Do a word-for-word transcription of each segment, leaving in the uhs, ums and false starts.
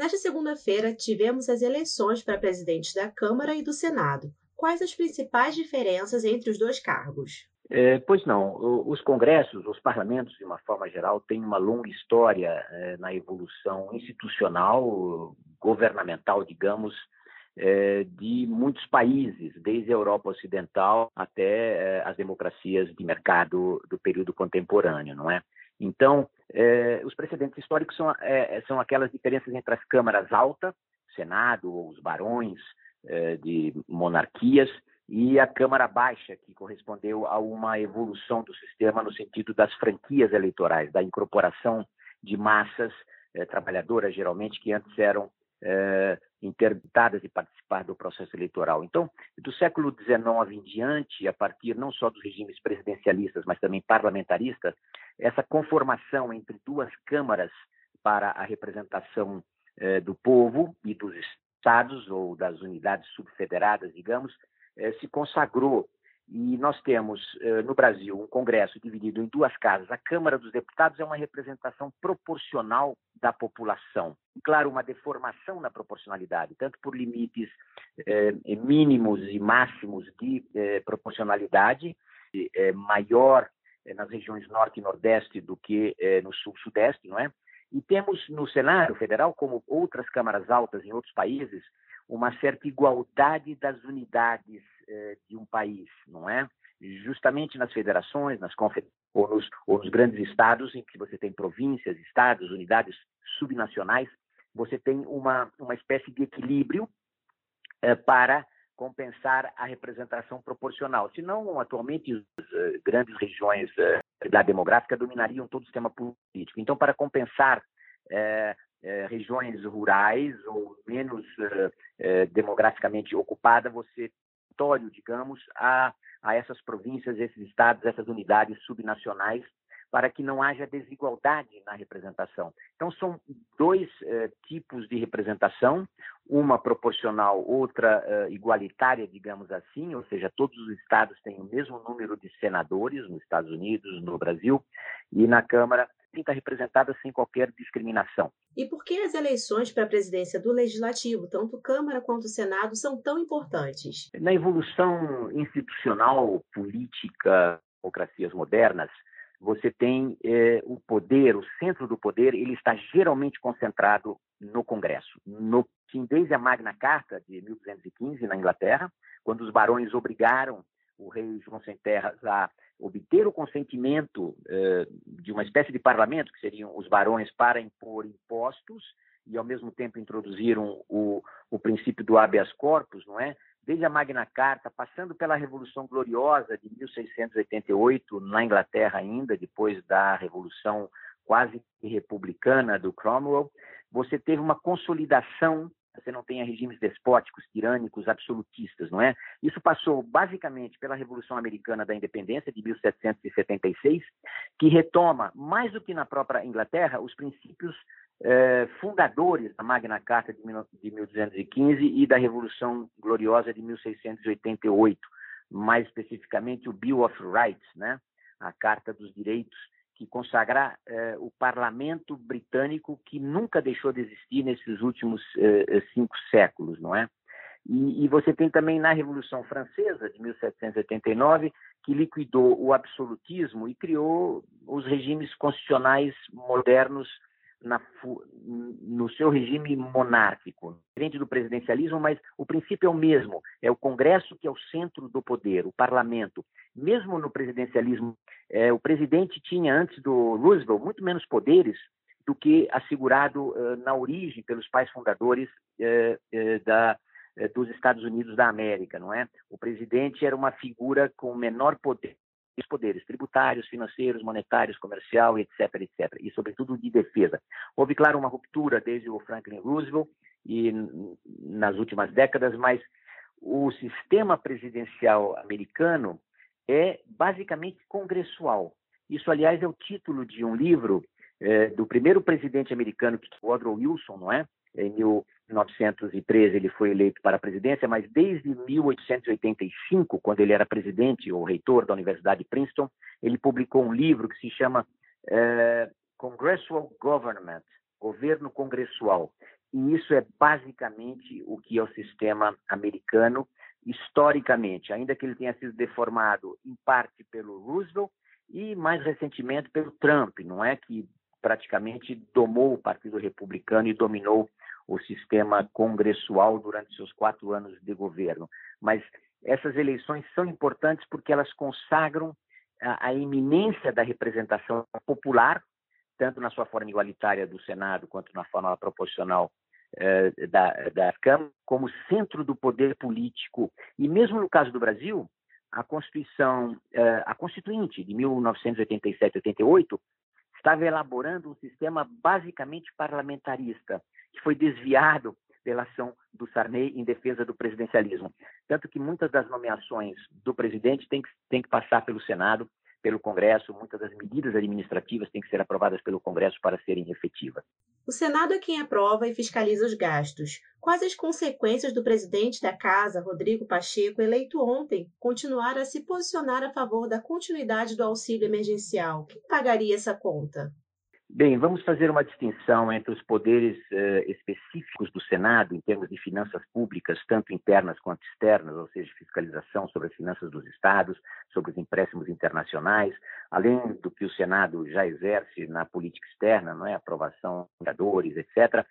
Nesta segunda-feira, tivemos as eleições para presidente da Câmara e do Senado. Quais as principais diferenças entre os dois cargos? É, pois não, os congressos, os parlamentos, de uma forma geral, têm uma longa história é, na evolução institucional, governamental, digamos, é, de muitos países, desde a Europa Ocidental até é, as democracias de mercado do período contemporâneo, não é? Então, é, os precedentes históricos são, é, são aquelas diferenças entre as câmaras altas, Senado ou os barões é, de monarquias, e a Câmara Baixa, que correspondeu a uma evolução do sistema no sentido das franquias eleitorais, da incorporação de massas eh, trabalhadoras, geralmente, que antes eram eh, interditadas de participar do processo eleitoral. Então, do século dezenove em diante, a partir não só dos regimes presidencialistas, mas também parlamentaristas, essa conformação entre duas câmaras para a representação eh, do povo e dos estados, ou das unidades subfederadas, digamos, se consagrou. E nós temos, no Brasil, um Congresso dividido em duas casas. A Câmara dos Deputados é uma representação proporcional da população. Claro, uma deformação na proporcionalidade, tanto por limites eh, mínimos e máximos de eh, proporcionalidade, eh, maior eh, nas regiões Norte e Nordeste do que eh, no Sul-Sudeste, não é? E temos no Senado Federal, como outras câmaras altas em outros países, uma certa igualdade das unidades eh, de um país, não é? Justamente nas federações, nas confederações, ou nos, ou nos grandes estados, em que você tem províncias, estados, unidades subnacionais, você tem uma, uma espécie de equilíbrio eh, para compensar a representação proporcional. Senão, atualmente, as eh, grandes regiões eh, da demográfica dominariam todo o sistema político. Então, para compensar eh, Eh, regiões rurais ou menos eh, eh, demograficamente ocupadas, você tório, digamos, a, a essas províncias, esses estados, essas unidades subnacionais, para que não haja desigualdade na representação. Então, são dois eh, tipos de representação, uma proporcional, outra eh, igualitária, digamos assim, ou seja, todos os estados têm o mesmo número de senadores, nos Estados Unidos, no Brasil, e na Câmara está representada sem qualquer discriminação. E por que as eleições para a presidência do Legislativo, tanto Câmara quanto Senado, são tão importantes? Na evolução institucional, política, democracias modernas, você tem eh, o poder, o centro do poder, ele está geralmente concentrado no Congresso. No, desde a Magna Carta de mil duzentos e quinze, na Inglaterra, quando os barões obrigaram o rei João Sem Terras a obter o consentimento eh, de uma espécie de parlamento, que seriam os barões, para impor impostos, e ao mesmo tempo introduziram o, o princípio do habeas corpus, não é? Desde a Magna Carta, passando pela Revolução Gloriosa de mil seiscentos e oitenta e oito, na Inglaterra ainda, depois da Revolução quase republicana do Cromwell, você teve uma consolidação. Você não tem regimes despóticos, tirânicos, absolutistas, não é? Isso passou basicamente pela Revolução Americana da Independência, de mil setecentos e setenta e seis, que retoma, mais do que na própria Inglaterra, os princípios eh, fundadores da Magna Carta de mil duzentos e quinze e da Revolução Gloriosa de mil seiscentos e oitenta e oito, mais especificamente o Bill of Rights, né? A Carta dos Direitos, que consagra eh, o parlamento britânico, que nunca deixou de existir nesses últimos eh, cinco séculos, não é? E, e você tem também na Revolução Francesa, de mil setecentos e oitenta e nove, que liquidou o absolutismo e criou os regimes constitucionais modernos na, no seu regime monárquico, diferente do presidencialismo, mas o princípio é o mesmo, é o Congresso que é o centro do poder, o parlamento. Mesmo no presidencialismo, eh, o presidente tinha, antes do Roosevelt, muito menos poderes do que assegurado eh, na origem pelos pais fundadores eh, eh, da, eh, dos Estados Unidos da América, não é? O presidente era uma figura com menor poder, os poderes tributários, financeiros, monetários, comercial, etc, etcétera, e sobretudo de defesa. Houve, claro, uma ruptura desde o Franklin Roosevelt e nas últimas décadas, mas o sistema presidencial americano é basicamente congressual. Isso, aliás, é o título de um livro eh, do primeiro presidente americano, Woodrow Wilson, não é? Em mil novecentos e treze ele foi eleito para a presidência, mas desde mil oitocentos e oitenta e cinco, quando ele era presidente ou reitor da Universidade de Princeton, ele publicou um livro que se chama eh, Congressual Government, Governo Congressual, E isso é basicamente o que é o sistema americano historicamente, ainda que ele tenha sido deformado em parte pelo Roosevelt e mais recentemente pelo Trump, não é, que praticamente domou o Partido Republicano e dominou o sistema congressual durante seus quatro anos de governo. Mas essas eleições são importantes porque elas consagram a, a iminência da representação popular, tanto na sua forma igualitária do Senado quanto na forma proporcional eh, da, da Câmara, como centro do poder político. E mesmo no caso do Brasil, a Constituição, eh, a Constituinte de mil novecentos e oitenta e sete, oitenta e oito, estava elaborando um sistema basicamente parlamentarista, que foi desviado pela ação do Sarney em defesa do presidencialismo. Tanto que muitas das nomeações do presidente têm que, têm que passar pelo Senado, pelo Congresso, muitas das medidas administrativas têm que ser aprovadas pelo Congresso para serem efetivas. O Senado é quem aprova e fiscaliza os gastos. Quais as consequências do presidente da Casa, Rodrigo Pacheco, eleito ontem, continuar a se posicionar a favor da continuidade do auxílio emergencial? Quem pagaria essa conta? Bem, vamos fazer uma distinção entre os poderes eh, específicos do Senado, em termos de finanças públicas, tanto internas quanto externas, ou seja, fiscalização sobre as finanças dos estados, sobre os empréstimos internacionais, além do que o Senado já exerce na política externa, não é? Aprovação de indicadores, etcétera.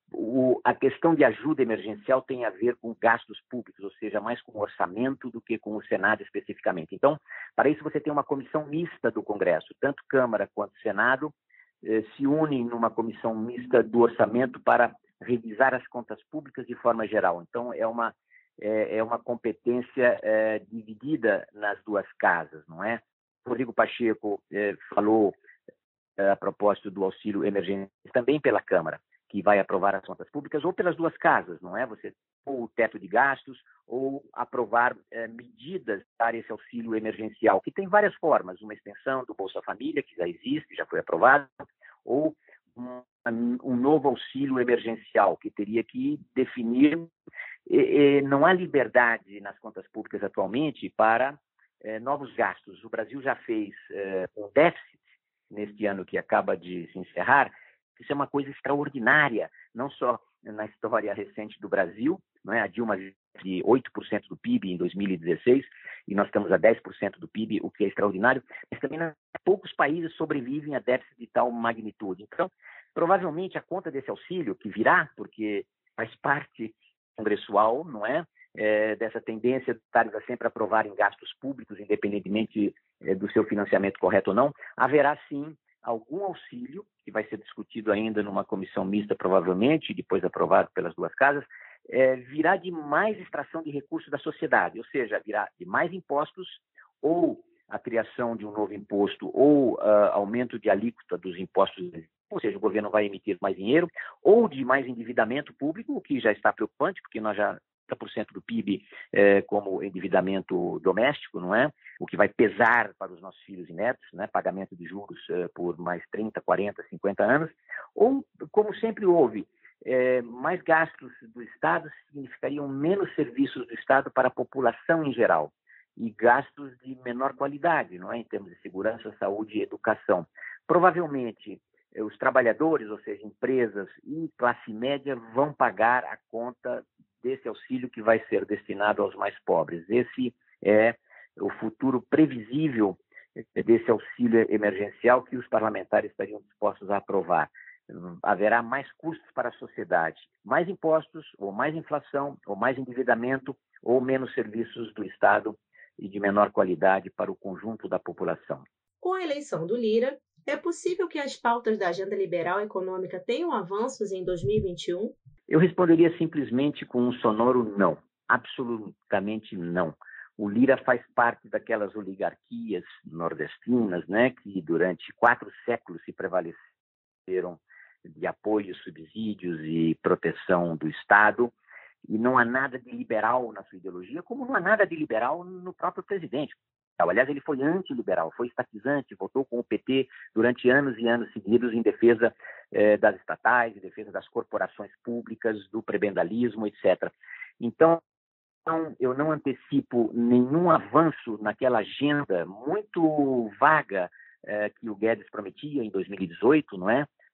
O, a questão de ajuda emergencial tem a ver com gastos públicos, ou seja, mais com o orçamento do que com o Senado especificamente. Então, para isso você tem uma comissão mista do Congresso, tanto Câmara quanto Senado, se unem numa comissão mista do orçamento para revisar as contas públicas de forma geral. Então, é uma, é, é uma competência é, dividida nas duas casas, não é? Rodrigo Pacheco é, falou é, a propósito do auxílio emergencial também pela Câmara, que vai aprovar as contas públicas, ou pelas duas casas, não é? Você ou o teto de gastos, ou aprovar é, medidas para esse auxílio emergencial, que tem várias formas, uma extensão do Bolsa Família, que já existe, já foi aprovado, ou um, um novo auxílio emergencial, que teria que definir, e, e não há liberdade nas contas públicas atualmente para é, novos gastos. O Brasil já fez é, um déficit neste ano que acaba de se encerrar. Isso é uma coisa extraordinária, não só na história recente do Brasil, não é? A Dilma de oito por cento do P I B em dois mil e dezesseis, e nós estamos a dez por cento do P I B, o que é extraordinário, mas também poucos países sobrevivem a déficit de tal magnitude. Então, provavelmente a conta desse auxílio, que virá, porque faz parte congressual, não é? É, dessa tendência de estar sempre aprovar em gastos públicos, independentemente é, do seu financiamento correto ou não, haverá sim algum auxílio, que vai ser discutido ainda numa comissão mista, provavelmente, e depois aprovado pelas duas casas, é, virá de mais extração de recursos da sociedade, ou seja, virá de mais impostos, ou a criação de um novo imposto, ou uh, aumento de alíquota dos impostos, ou seja, o governo vai emitir mais dinheiro, ou de mais endividamento público, o que já está preocupante, porque nós já trinta por cento do P I B eh, como endividamento doméstico, não é? O que vai pesar para os nossos filhos e netos, né? Pagamento de juros eh, por mais trinta, quarenta, cinquenta anos, ou, como sempre houve, eh, mais gastos do Estado significariam menos serviços do Estado para a população em geral, e gastos de menor qualidade, não é? Em termos de segurança, saúde e educação. Provavelmente, os trabalhadores, ou seja, empresas e classe média, vão pagar a conta desse auxílio que vai ser destinado aos mais pobres. Esse é o futuro previsível desse auxílio emergencial que os parlamentares estariam dispostos a aprovar. Haverá mais custos para a sociedade, mais impostos, ou mais inflação, ou mais endividamento, ou menos serviços do Estado e de menor qualidade para o conjunto da população. Com a eleição do Lira, é possível que as pautas da agenda liberal econômica tenham avanços em dois mil e vinte e um? Eu responderia simplesmente com um sonoro não, absolutamente não. O Lira faz parte daquelas oligarquias nordestinas, né, que durante quatro séculos se prevaleceram de apoio, subsídios e proteção do Estado, e não há nada de liberal na sua ideologia, como não há nada de liberal no próprio presidente. Aliás, ele foi antiliberal, foi estatizante, votou com o P T durante anos e anos seguidos em defesa eh, das estatais, em defesa das corporações públicas, do prebendalismo, etcétera. Então, eu não antecipo nenhum avanço naquela agenda muito vaga eh, que o Guedes prometia em dois mil e dezoito, não é?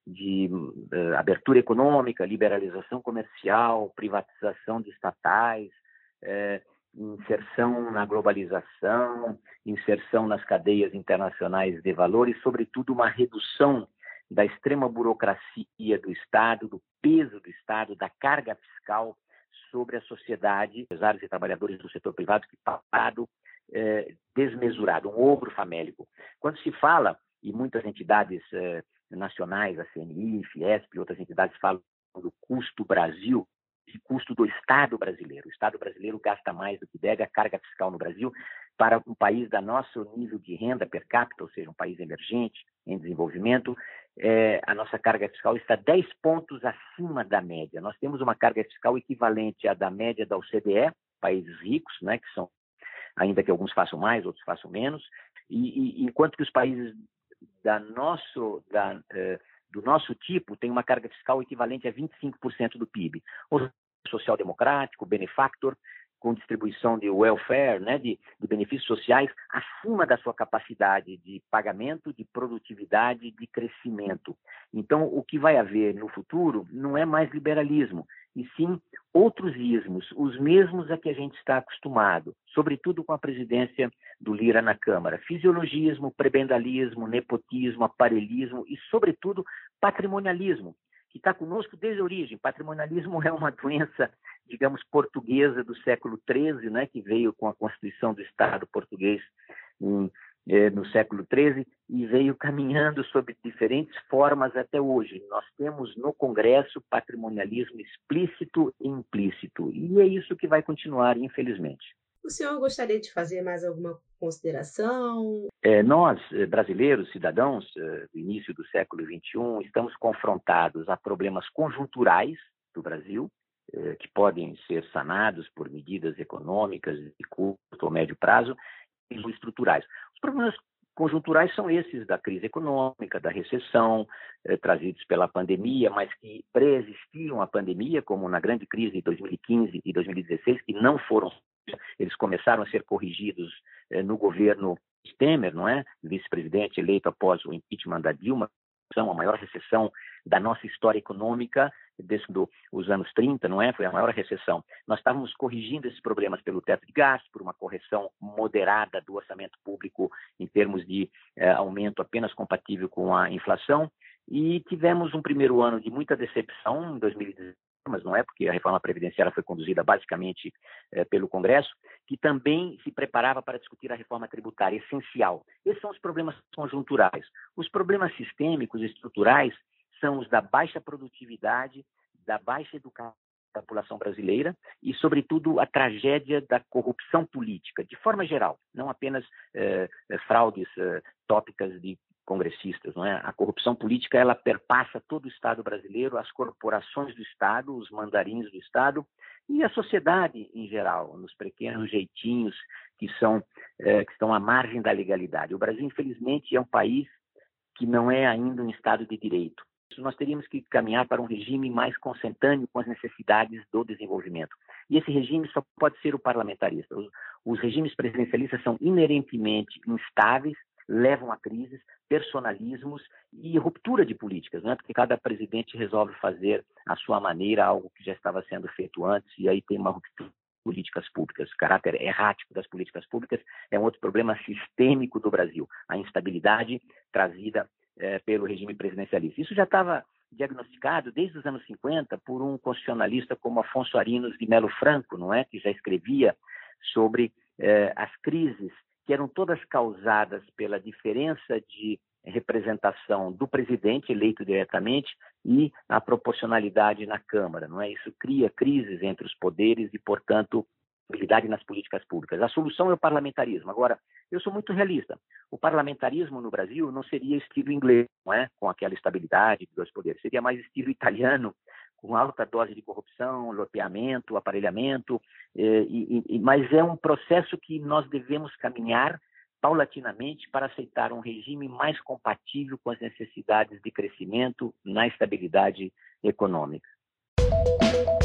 de uh, abertura econômica, liberalização comercial, privatização de estatais, eh, inserção na globalização, inserção nas cadeias internacionais de valor e, sobretudo, uma redução da extrema burocracia do Estado, do peso do Estado, da carga fiscal sobre a sociedade, empresários e trabalhadores do setor privado que está parado, eh, desmesurado, um ogro famélico. Quando se fala, e muitas entidades eh, nacionais, a C N I, Fiesp e outras entidades falam do custo Brasil, esse custo do Estado brasileiro. O Estado brasileiro gasta mais do que deve, a carga fiscal no Brasil, para um país da nosso nível de renda per capita, ou seja, um país emergente, em desenvolvimento, é, a nossa carga fiscal está dez pontos acima da média. Nós temos uma carga fiscal equivalente à da média da O C D E, países ricos, né, que são, ainda que alguns façam mais, outros façam menos, e, e enquanto que os países da nosso, da, eh, do nosso tipo têm uma carga fiscal equivalente a vinte e cinco por cento do P I B. O social democrático, benefactor, com distribuição de welfare, né, de, de benefícios sociais, acima da sua capacidade de pagamento, de produtividade, de crescimento. Então, o que vai haver no futuro não é mais liberalismo, e sim outros ismos, os mesmos a que a gente está acostumado, sobretudo com a presidência do Lira na Câmara. Fisiologismo, prebendalismo, nepotismo, aparelhismo e, sobretudo, patrimonialismo, que está conosco desde a origem. Patrimonialismo é uma doença, digamos, portuguesa do século treze, né, que veio com a Constituição do Estado português em, eh, no século treze e veio caminhando sob diferentes formas até hoje. Nós temos no Congresso patrimonialismo explícito e implícito, e é isso que vai continuar, infelizmente. O senhor gostaria de fazer mais alguma consideração? É, nós, brasileiros, cidadãos do início do século vinte e um, estamos confrontados a problemas conjunturais do Brasil, que podem ser sanados por medidas econômicas de curto ou médio prazo, e estruturais. Os problemas conjunturais são esses da crise econômica, da recessão, eh, trazidos pela pandemia, mas que pré-existiam a pandemia, como na grande crise de dois mil e quinze e dois mil e dezesseis, que não foram, eles começaram a ser corrigidos eh, no governo Temer, não é? Vice-presidente eleito após o impeachment da Dilma, a maior recessão da nossa história econômica desde os anos trinta, não é? Foi a maior recessão. Nós estávamos corrigindo esses problemas pelo teto de gastos, por uma correção moderada do orçamento público em termos de eh, aumento apenas compatível com a inflação, e tivemos um primeiro ano de muita decepção em dois mil e dezesseis, mas não é, porque a reforma previdenciária foi conduzida basicamente eh, pelo Congresso, que também se preparava para discutir a reforma tributária, essencial. Esses são os problemas conjunturais. Os problemas sistêmicos e estruturais são os da baixa produtividade, da baixa educação da população brasileira e, sobretudo, a tragédia da corrupção política, de forma geral, não apenas eh, fraudes eh, tópicas de congressistas, não é? A corrupção política, ela perpassa todo o Estado brasileiro, as corporações do Estado, os mandarins do Estado e a sociedade em geral, nos pequenos jeitinhos que são eh, que estão à margem da legalidade. O Brasil, infelizmente, é um país que não é ainda um Estado de direito. Nós teríamos que caminhar para um regime mais consentâneo com as necessidades do desenvolvimento. E esse regime só pode ser o parlamentarista. Os, os regimes presidencialistas são inerentemente instáveis, levam a crises, personalismos e ruptura de políticas, não é? Porque cada presidente resolve fazer à sua maneira algo que já estava sendo feito antes, e aí tem uma ruptura de políticas públicas. O caráter errático das políticas públicas é um outro problema sistêmico do Brasil, a instabilidade trazida eh, pelo regime presidencialista. Isso já estava diagnosticado desde os anos cinquenta por um constitucionalista como Afonso Arinos de Melo Franco, não é? Que já escrevia sobre eh, as crises que eram todas causadas pela diferença de representação do presidente eleito diretamente e a proporcionalidade na Câmara, não é? Isso cria crises entre os poderes e, portanto, habilidade nas políticas públicas. A solução é o parlamentarismo. Agora, eu sou muito realista. O parlamentarismo no Brasil não seria estilo inglês, não é? Com aquela estabilidade dos dois poderes. Seria mais estilo italiano, com alta dose de corrupção, loteamento, aparelhamento, eh, e, e, mas é um processo que nós devemos caminhar paulatinamente para aceitar um regime mais compatível com as necessidades de crescimento na estabilidade econômica.